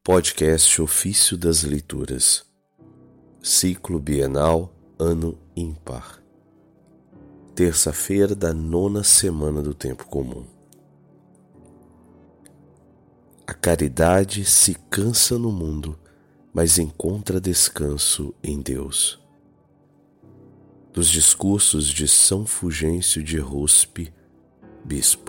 Podcast Ofício das Leituras, Ciclo Bienal, Ano Ímpar. Terça-feira da 9ª semana do Tempo Comum. A caridade se cansa no mundo, mas encontra descanso em Deus. Dos discursos de São Fulgêncio de Ruspe, Bispo.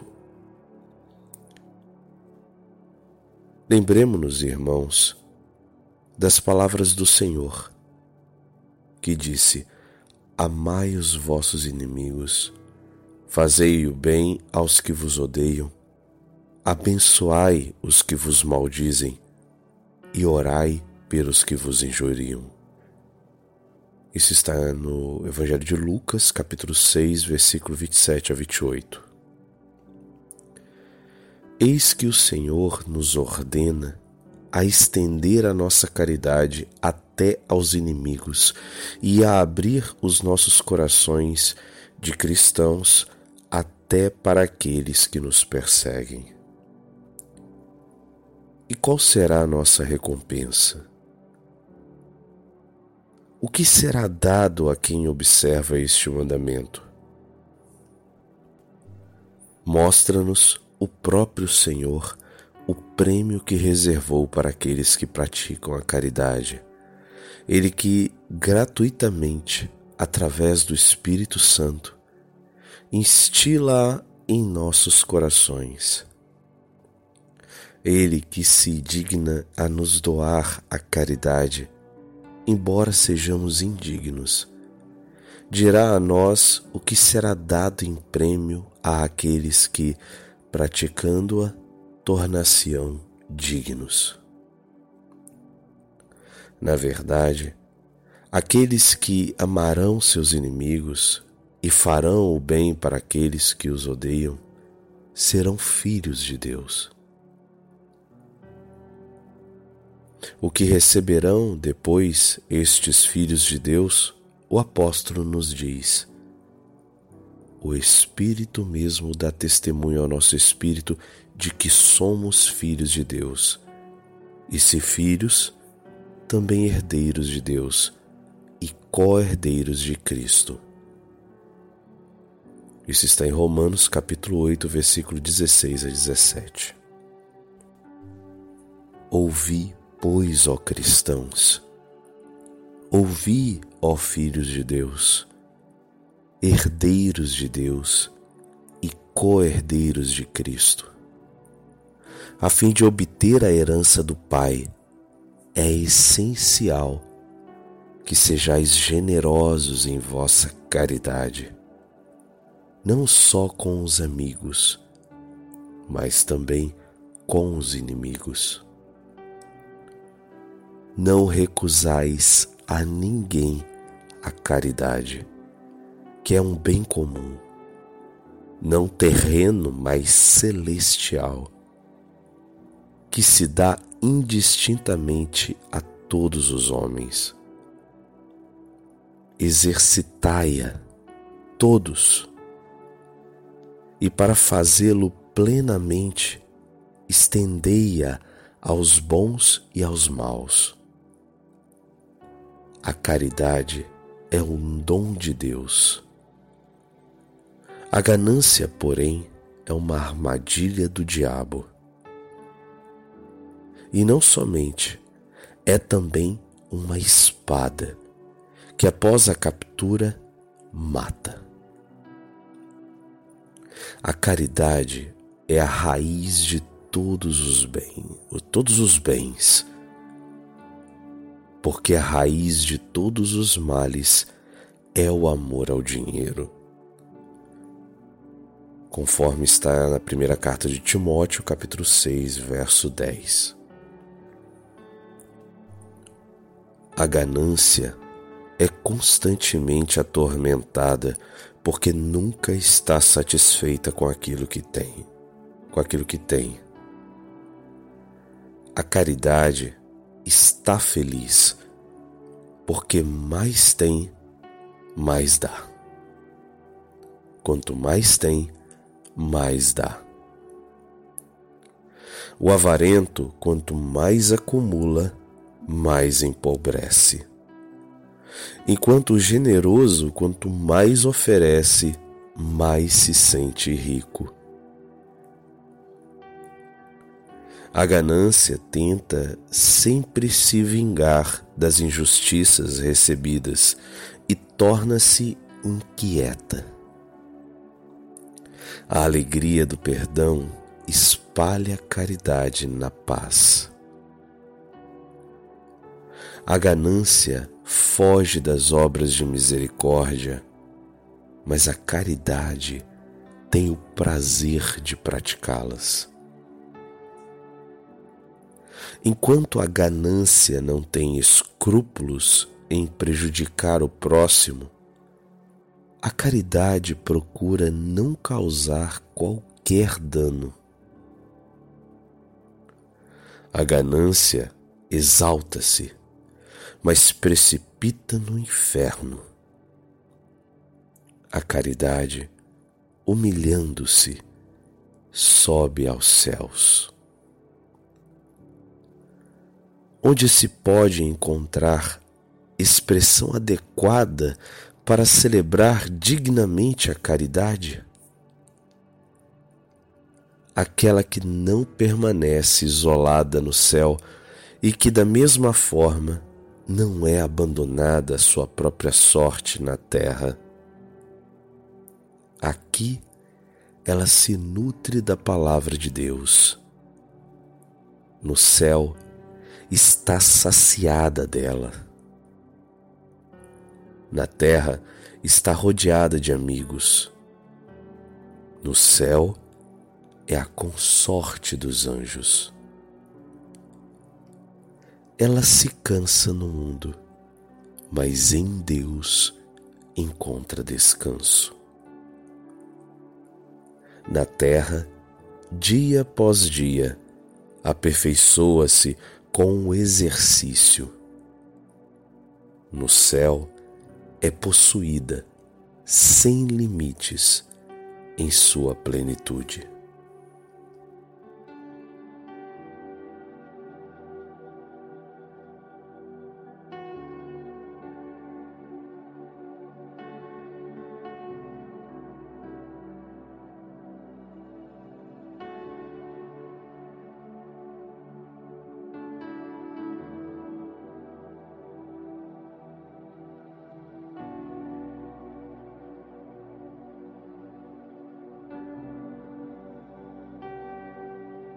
Lembremo-nos, irmãos, das palavras do Senhor, que disse: Amai os vossos inimigos, fazei o bem aos que vos odeiam, abençoai os que vos maldizem e orai pelos que vos injuriam. Isso está no Evangelho de Lucas, capítulo 6, versículo 27 a 28. Eis que o Senhor nos ordena a estender a nossa caridade até aos inimigos e a abrir os nossos corações de cristãos até para aqueles que nos perseguem. E qual será a nossa recompensa? O que será dado a quem observa este mandamento? Mostra-nos o próprio Senhor o prêmio que reservou para aqueles que praticam a caridade. Ele que gratuitamente, através do Espírito Santo, instila-a em nossos corações. Ele que se digna a nos doar a caridade, embora sejamos indignos, dirá a nós o que será dado em prêmio àqueles que, praticando-a, tornar-se-ão dignos. Na verdade, aqueles que amarão seus inimigos e farão o bem para aqueles que os odeiam, serão filhos de Deus. O que receberão depois estes filhos de Deus, o apóstolo nos diz: o Espírito mesmo dá testemunho ao nosso espírito de que somos filhos de Deus. E se filhos, também herdeiros de Deus e co-herdeiros de Cristo. Isso está em Romanos capítulo 8, versículo 16 a 17. Ouvi, pois, ó cristãos, ouvi, ó filhos de Deus, herdeiros de Deus e co-herdeiros de Cristo. A fim de obter a herança do Pai, é essencial que sejais generosos em vossa caridade, não só com os amigos, mas também com os inimigos. Não recusais a ninguém a caridade, que é um bem comum, não terreno, mas celestial, que se dá indistintamente a todos os homens. Exercitai-a todos, e para fazê-lo plenamente, estendei-a aos bons e aos maus. A caridade é um dom de Deus. A ganância, porém, é uma armadilha do diabo. E não somente, é também uma espada que após a captura mata. A caridade é a raiz de todos os bens, porque a raiz de todos os males é o amor ao dinheiro. Conforme está na primeira carta de Timóteo, capítulo 6, verso 10. A ganância é constantemente atormentada porque nunca está satisfeita com aquilo que tem. A caridade está feliz porque mais tem, mais dá. Quanto mais tem, mais dá. O avarento, quanto mais acumula, mais empobrece. Enquanto o generoso, quanto mais oferece, mais se sente rico. A ganância tenta sempre se vingar das injustiças recebidas e torna-se inquieta. A alegria do perdão espalha a caridade na paz. A ganância foge das obras de misericórdia, mas a caridade tem o prazer de praticá-las. Enquanto a ganância não tem escrúpulos em prejudicar o próximo, a caridade procura não causar qualquer dano. A ganância exalta-se, mas precipita no inferno. A caridade, humilhando-se, sobe aos céus. Onde se pode encontrar expressão adequada para celebrar dignamente a caridade? Aquela que não permanece isolada no céu e que, da mesma forma, não é abandonada à sua própria sorte na terra. Aqui, ela se nutre da palavra de Deus. No céu, está saciada dela. Na terra, está rodeada de amigos. No céu, é a consorte dos anjos. Ela se cansa no mundo, mas em Deus encontra descanso. Na terra, dia após dia, aperfeiçoa-se com o exercício. No céu, é possuída sem limites em sua plenitude.